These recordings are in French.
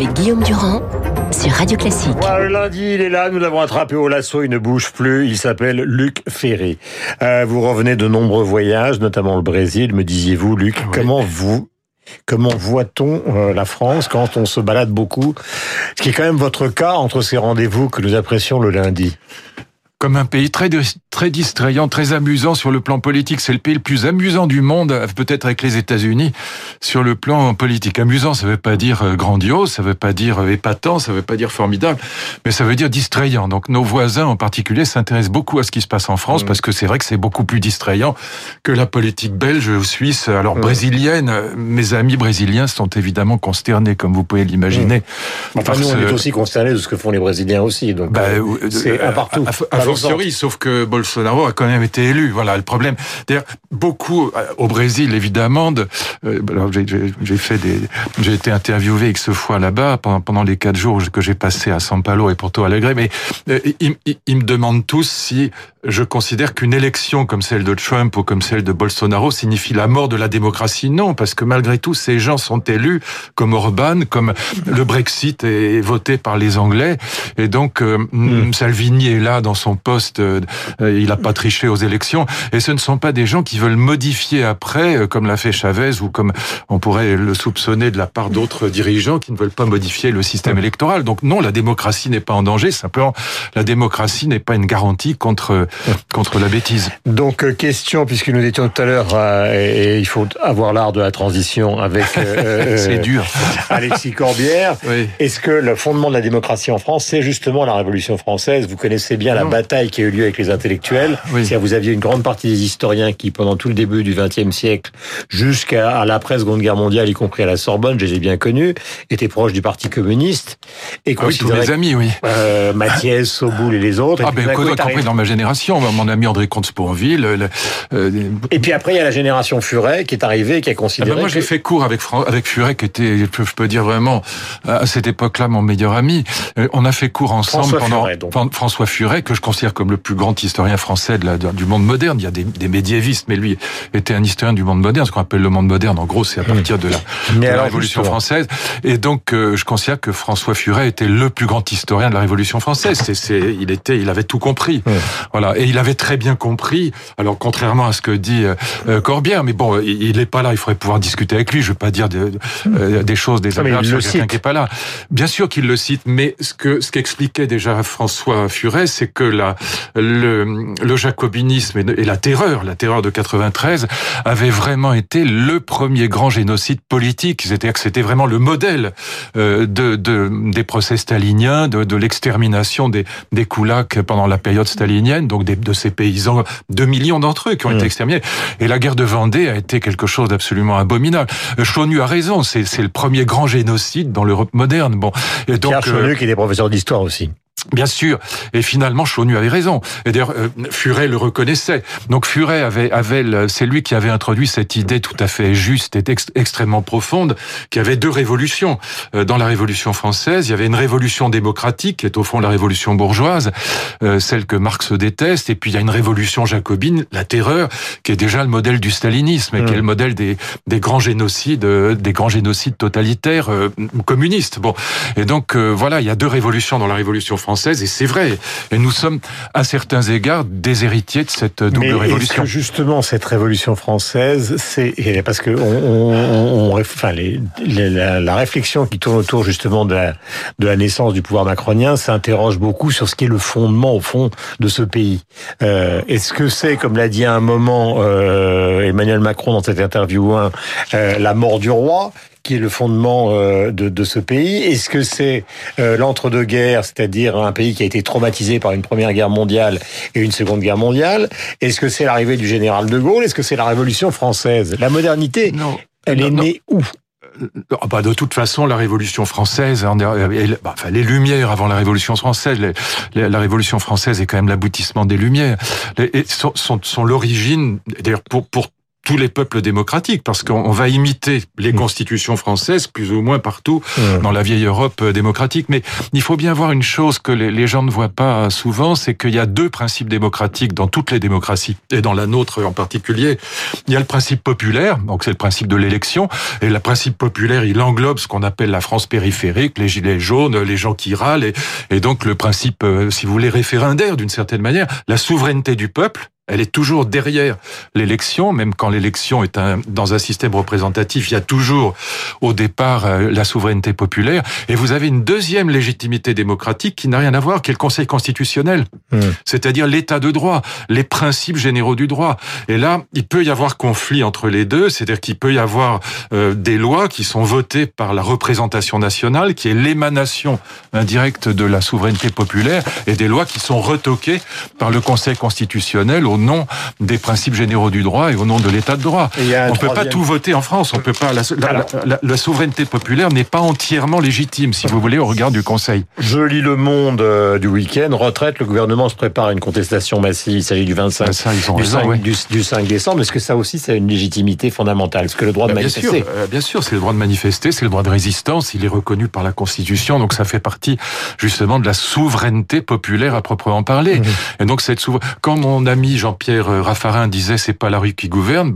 avec Guillaume Durand sur Radio Classique. Voilà, le lundi, il est là, nous l'avons attrapé au lasso, il ne bouge plus, il s'appelle Luc Ferry. Vous revenez de nombreux voyages, notamment le Brésil, me disiez-vous, Luc, oui. Comment voit-on la France quand on se balade beaucoup? Ce qui est quand même votre cas entre ces rendez-vous que nous apprécions le lundi. Comme un pays très distrayant, très amusant sur le plan politique. C'est le pays le plus amusant du monde, peut-être avec les États-Unis, sur le plan politique. Amusant, ça veut pas dire grandiose, ça veut pas dire épatant, ça veut pas dire formidable, mais ça veut dire distrayant. Donc nos voisins en particulier s'intéressent beaucoup à ce qui se passe en France, parce que c'est vrai que c'est beaucoup plus distrayant que la politique belge ou suisse. Alors brésilienne, mes amis brésiliens sont évidemment consternés, comme vous pouvez l'imaginer. Enfin, nous, on est aussi consternés de ce que font les Brésiliens aussi, donc c'est un partout. Sauf que Bolsonaro a quand même été élu. Voilà le problème. D'ailleurs, beaucoup au Brésil, évidemment. J'ai été interviewé X fois là-bas pendant les 4 jours que j'ai passé à São Paulo et Porto Alegre. Mais ils me demandent tous si je considère qu'une élection comme celle de Trump ou comme celle de Bolsonaro signifie la mort de la démocratie. Non, parce que malgré tout, ces gens sont élus, comme Orban, comme le Brexit est voté par les Anglais, et donc Salvini est là dans son poste, il n'a pas triché aux élections, et ce ne sont pas des gens qui veulent modifier après, comme l'a fait Chavez, ou comme on pourrait le soupçonner de la part d'autres dirigeants qui ne veulent pas modifier le système électoral. Donc non, la démocratie n'est pas en danger, simplement la démocratie n'est pas une garantie contre la bêtise. Donc question, puisque nous étions tout à l'heure, et il faut avoir l'art de la transition avec c'est dur. Alexis Corbière, oui. Est-ce que le fondement de la démocratie en France, c'est justement la Révolution française? Vous connaissez bien la bataille qui a eu lieu avec les intellectuels. Oui. C'est-à-dire, vous aviez une grande partie des historiens qui, pendant tout le début du XXe siècle, jusqu'à l'après-Seconde Guerre mondiale, y compris à la Sorbonne, je les ai bien connus, étaient proches du Parti communiste. Et tous mes amis, oui. Mathiez, Soboul et les autres. Compris dans ma génération, mon ami André Comte-Sponville. Et puis après, il y a la génération Furet qui est arrivée, qui a considéré... moi, j'ai fait cours avec Furet, qui était, je peux dire vraiment, à cette époque-là, mon meilleur ami. On a fait cours ensemble François Furet, que je considère comme le plus grand historien français du monde moderne. Il y a des médiévistes, mais lui était un historien du monde moderne. Ce qu'on appelle le monde moderne, en gros, c'est à partir de la Révolution française. Et donc, je considère que François Furet était le plus grand historien de la Révolution française. Il avait tout compris. Voilà. Et il avait très bien compris. Alors, contrairement à ce que dit Corbière, mais bon, il n'est pas là. Il faudrait pouvoir discuter avec lui. Je veux pas dire des choses désagréables sur quelqu'un qui est pas là. Bien sûr qu'il le cite, mais ce qu'expliquait déjà François Furet, c'est que le jacobinisme et la terreur de 93 avait vraiment été le premier grand génocide politique. C'est-à-dire que c'était vraiment le modèle des procès staliniens, de l'extermination des koulaks pendant la période stalinienne, donc de ces paysans, 2 millions d'entre eux qui ont été exterminés. Et la guerre de Vendée a été quelque chose d'absolument abominable. Chaunu a raison, c'est le premier grand génocide dans l'Europe moderne. Bon, et donc Pierre Chaunu qui était professeur d'histoire aussi. Bien sûr, et finalement Chaunu avait raison. Et d'ailleurs, Furet le reconnaissait. Donc Furet c'est lui qui avait introduit cette idée tout à fait juste et extrêmement profonde, qu'il y avait 2 révolutions. Dans la Révolution française, il y avait une révolution démocratique, qui est au fond la révolution bourgeoise, celle que Marx déteste, et puis il y a une révolution jacobine, la terreur, qui est déjà le modèle du stalinisme, et qui est le modèle des grands génocides totalitaires communistes. Bon, et donc voilà, il y a 2 révolutions dans la Révolution française, et c'est vrai. Et nous sommes, à certains égards, des héritiers de cette double révolution. Mais est-ce que justement, cette révolution française, c'est parce que la réflexion qui tourne autour justement de la naissance du pouvoir macronien s'interroge beaucoup sur ce qui est le fondement, au fond, de ce pays. Est-ce que c'est, comme l'a dit à un moment Emmanuel Macron dans cette interview 1, la mort du roi, qui est le fondement de ce pays? Est-ce que c'est l'entre-deux-guerres, c'est-à-dire un pays qui a été traumatisé par une première guerre mondiale et une seconde guerre mondiale? Est-ce que c'est l'arrivée du général de Gaulle? Est-ce que c'est la Révolution française? La modernité, elle est née où? De toute façon, la Révolution française, les Lumières avant la Révolution française, la Révolution française est quand même l'aboutissement des Lumières, et sont l'origine. D'ailleurs, pour tous les peuples démocratiques, parce qu'on va imiter les constitutions françaises plus ou moins partout dans la vieille Europe démocratique. Mais il faut bien voir une chose que les gens ne voient pas souvent, c'est qu'il y a deux principes démocratiques dans toutes les démocraties, et dans la nôtre en particulier. Il y a le principe populaire, donc c'est le principe de l'élection, et le principe populaire, il englobe ce qu'on appelle la France périphérique, les gilets jaunes, les gens qui râlent, et donc le principe, si vous voulez, référendaire d'une certaine manière, la souveraineté du peuple. Elle est toujours derrière l'élection, même quand l'élection est dans un système représentatif, il y a toujours au départ la souveraineté populaire. Et vous avez une deuxième légitimité démocratique qui n'a rien à voir, qui est le Conseil constitutionnel. C'est-à-dire l'état de droit, les principes généraux du droit. Et là, il peut y avoir conflit entre les deux, c'est-à-dire qu'il peut y avoir des lois qui sont votées par la représentation nationale, qui est l'émanation indirecte de la souveraineté populaire, et des lois qui sont retoquées par le Conseil constitutionnel au nom des principes généraux du droit et au nom de l'état de droit. On ne peut pas tout voter en France. On peut pas. La souveraineté populaire n'est pas entièrement légitime, si vous voulez, au regard du Conseil. Je lis Le Monde du week-end. Retraite, le gouvernement se prépare à une contestation massive. Il s'agit du 5 décembre. Est-ce que ça aussi, c'est une légitimité fondamentale? Est-ce que le droit de manifester? Bien sûr, c'est le droit de manifester, c'est le droit de résistance. Il est reconnu par la Constitution, donc ça fait partie justement de la souveraineté populaire à proprement parler. Et donc quand mon ami Jean-Pierre Raffarin disait c'est pas la rue qui gouverne,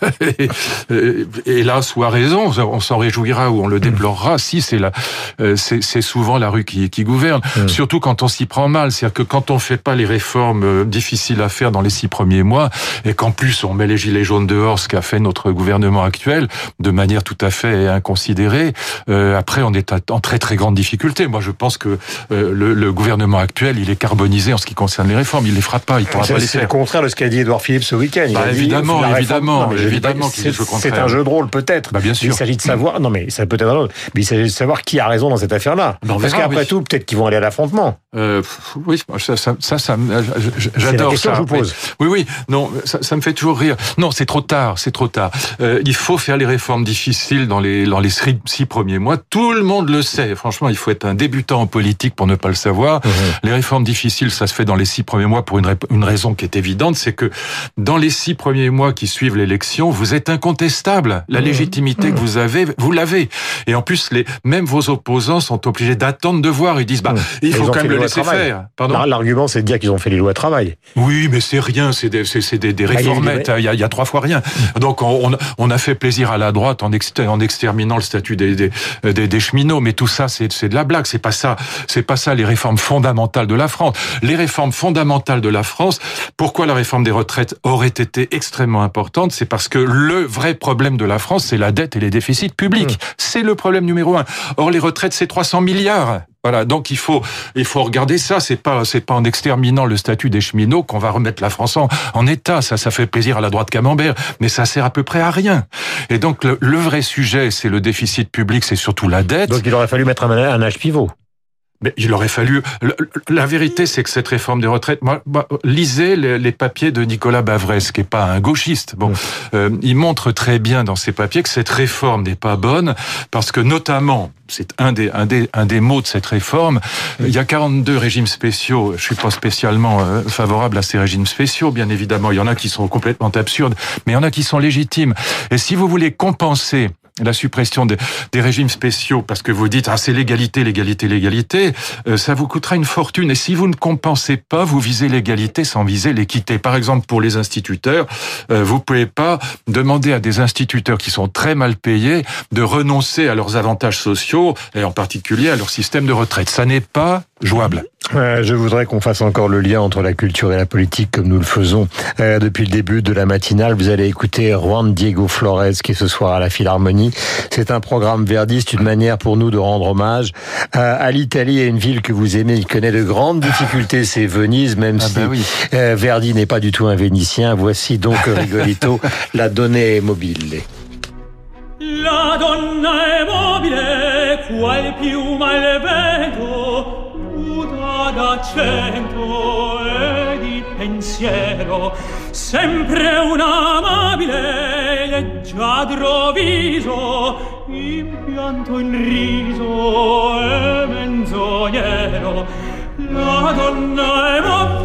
hélas ou à raison, on s'en réjouira ou on le déplorera, si c'est souvent la rue qui gouverne, surtout quand on s'y prend mal, c'est-à-dire que quand on fait pas les réformes difficiles à faire dans les 6 premiers mois, et qu'en plus on met les gilets jaunes dehors, ce qu'a fait notre gouvernement actuel, de manière tout à fait inconsidérée, après on est en très très grande difficulté. Moi je pense que le gouvernement actuel, il est carbonisé en ce qui concerne les réformes, il les fera pas, il pourra pas les faire. C'est le contraire de ce qu'a dit Édouard Philippe ce week-end. Évidemment. C'est un jeu de rôle peut-être. Bien sûr. Il s'agit de savoir. Non, mais ça peut être un autre. Mais il s'agit de savoir qui a raison dans cette affaire-là. Parce qu'après tout, peut-être qu'ils vont aller à l'affrontement. Oui, j'adore ça. C'est la question que je vous pose. Oui. Non, ça me fait toujours rire. Non, c'est trop tard. Il faut faire les réformes difficiles dans les 6 premiers mois. Tout le monde le sait. Franchement, il faut être un débutant en politique pour ne pas le savoir. Les réformes difficiles, ça se fait dans les 6 premiers mois pour une raison qui est évidente, c'est que dans les 6 premiers mois qui suivent l'élection, vous êtes incontestable. La légitimité que vous avez, vous l'avez. Et en plus, même vos opposants sont obligés d'attendre de voir. Ils disent, il faut quand même le laisser faire. Pardon ? L'argument, c'est de dire qu'ils ont fait les lois de travail. Oui, mais c'est rien. C'est des réformettes. Il y a 3 fois rien. Donc, on a fait plaisir à la droite en exterminant le statut des cheminots. Mais tout ça, c'est de la blague. C'est pas ça les réformes fondamentales de la France. Les réformes fondamentales de la France, pourquoi la réforme des retraites aurait été extrêmement importante? C'est parce que le vrai problème de la France, c'est la dette et les déficits publics. C'est le problème numéro 1. Or, les retraites, c'est 300 milliards. Voilà, donc il faut regarder ça. C'est pas en exterminant le statut des cheminots qu'on va remettre la France en état. Ça fait plaisir à la droite camembert, mais ça sert à peu près à rien. Et donc le vrai sujet, c'est le déficit public, c'est surtout la dette. Donc il aurait fallu mettre un âge pivot. Mais il aurait fallu. La vérité, c'est que cette réforme des retraites. Moi, lisez les papiers de Nicolas Bavrez, qui est pas un gauchiste. Il montre très bien dans ses papiers que cette réforme n'est pas bonne parce que notamment, c'est un des mots de cette réforme. Il y a 42 régimes spéciaux. Je suis pas spécialement favorable à ces régimes spéciaux, bien évidemment. Il y en a qui sont complètement absurdes, mais il y en a qui sont légitimes. Et si vous voulez compenser la suppression des régimes spéciaux, parce que vous dites c'est l'égalité, ça vous coûtera une fortune. Et si vous ne compensez pas, vous visez l'égalité sans viser l'équité. Par exemple, pour les instituteurs, vous pouvez pas demander à des instituteurs qui sont très mal payés de renoncer à leurs avantages sociaux, et en particulier à leur système de retraite. Ça n'est pas jouable. Je voudrais qu'on fasse encore le lien entre la culture et la politique comme nous le faisons depuis le début de la matinale. Vous allez écouter Juan Diego Flores qui est ce soir à la Philharmonie. C'est un programme verdiste, une manière pour nous de rendre hommage à l'Italie, à une ville que vous aimez. Il connaît de grandes difficultés, c'est Venise, même si Verdi n'est pas du tout un Vénitien. Voici donc Rigolito, La donna è mobile. La donna è mobile, qual piuma al vento, muta d'accento e di pensiero, sempre un amabile leggiadro viso, impianto in riso e menzognero. La donna è mobile,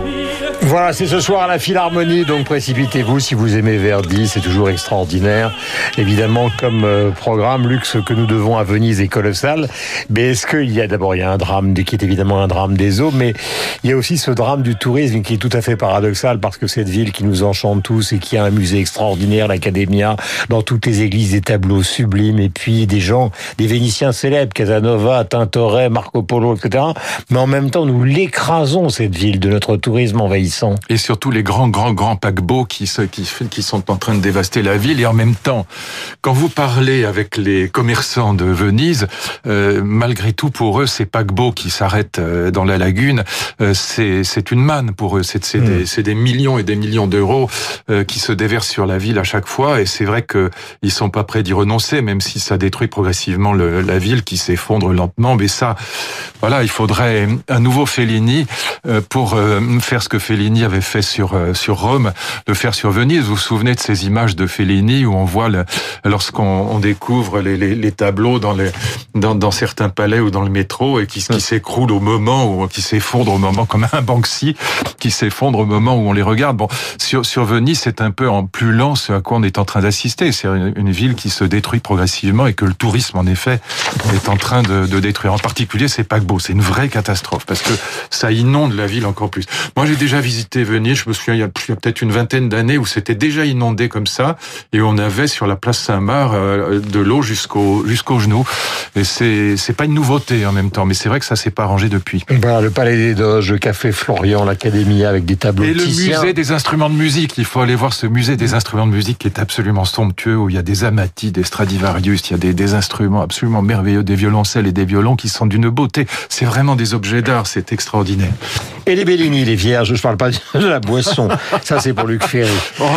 Voilà, c'est ce soir à la Philharmonie, donc précipitez-vous si vous aimez Verdi, c'est toujours extraordinaire. Évidemment, comme programme, Luxe que nous devons à Venise est colossal. Mais est-ce qu'il y a d'abord, il y a un drame qui est évidemment un drame des eaux, mais il y a aussi ce drame du tourisme qui est tout à fait paradoxal parce que cette ville qui nous enchante tous et qui a un musée extraordinaire, l'Accademia, dans toutes les églises des tableaux sublimes et puis des gens, des Vénitiens célèbres, Casanova, Tintoret, Marco Polo, etc. Mais en même temps, nous l'écrasons cette ville de notre tourisme envahissant. Et surtout les grands paquebots qui sont en train de dévaster la ville. Et en même temps, quand vous parlez avec les commerçants de Venise, malgré tout, pour eux, ces paquebots qui s'arrêtent dans la lagune, c'est une manne pour eux. C'est des millions et des millions d'euros qui se déversent sur la ville à chaque fois. Et c'est vrai qu'ils sont pas prêts d'y renoncer, même si ça détruit progressivement la ville qui s'effondre lentement. Mais ça, voilà, il faudrait un nouveau Fellini pour faire ce que Fellini avait fait sur Rome, le faire sur Venise. Vous vous souvenez de ces images de Fellini où on voit lorsqu'on découvre les tableaux dans certains palais ou dans le métro et qui s'écroulent au moment où qui s'effondrent au moment comme un Banksy qui s'effondre au moment où on les regarde. Bon, sur Venise, c'est un peu en plus lent ce à quoi on est en train d'assister. C'est une ville qui se détruit progressivement et que le tourisme en effet est en train de détruire. En particulier, c'est paquebots. C'est une vraie catastrophe parce que ça inonde la ville encore plus. Moi, j'ai déjà visité Venise, je me souviens, il y a peut-être une vingtaine d'années où c'était déjà inondé comme ça et on avait sur la place Saint-Marc de l'eau jusqu'aux genoux. Et c'est pas une nouveauté en même temps, mais c'est vrai que ça s'est pas arrangé depuis. Voilà, le Palais des Doges, le Café Florian, l'Accademia avec des tableaux et le musée des instruments de musique. Il faut aller voir ce musée des instruments de musique qui est absolument somptueux, où il y a des Amati, des Stradivarius, il y a des instruments absolument merveilleux, des violoncelles et des violons qui sont d'une beauté. C'est vraiment des objets d'art, c'est extraordinaire. Et les Bellini, les vierges, je parle pas de la boisson. Ça, c'est pour Luc Ferry.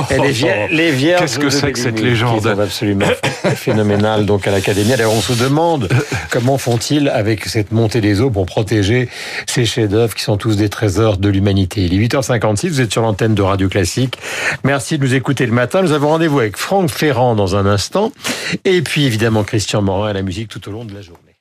Les vierges. Qu'est-ce que c'est que cette légende? Qui sont absolument phénoménales, donc, à l'Académie. D'ailleurs, on se demande comment font-ils avec cette montée des eaux pour protéger ces chefs-d'œuvre qui sont tous des trésors de l'humanité. Il est 8h56, vous êtes sur l'antenne de Radio Classique. Merci de nous écouter le matin. Nous avons rendez-vous avec Franck Ferrand dans un instant. Et puis, évidemment, Christian Morin à la musique tout au long de la journée.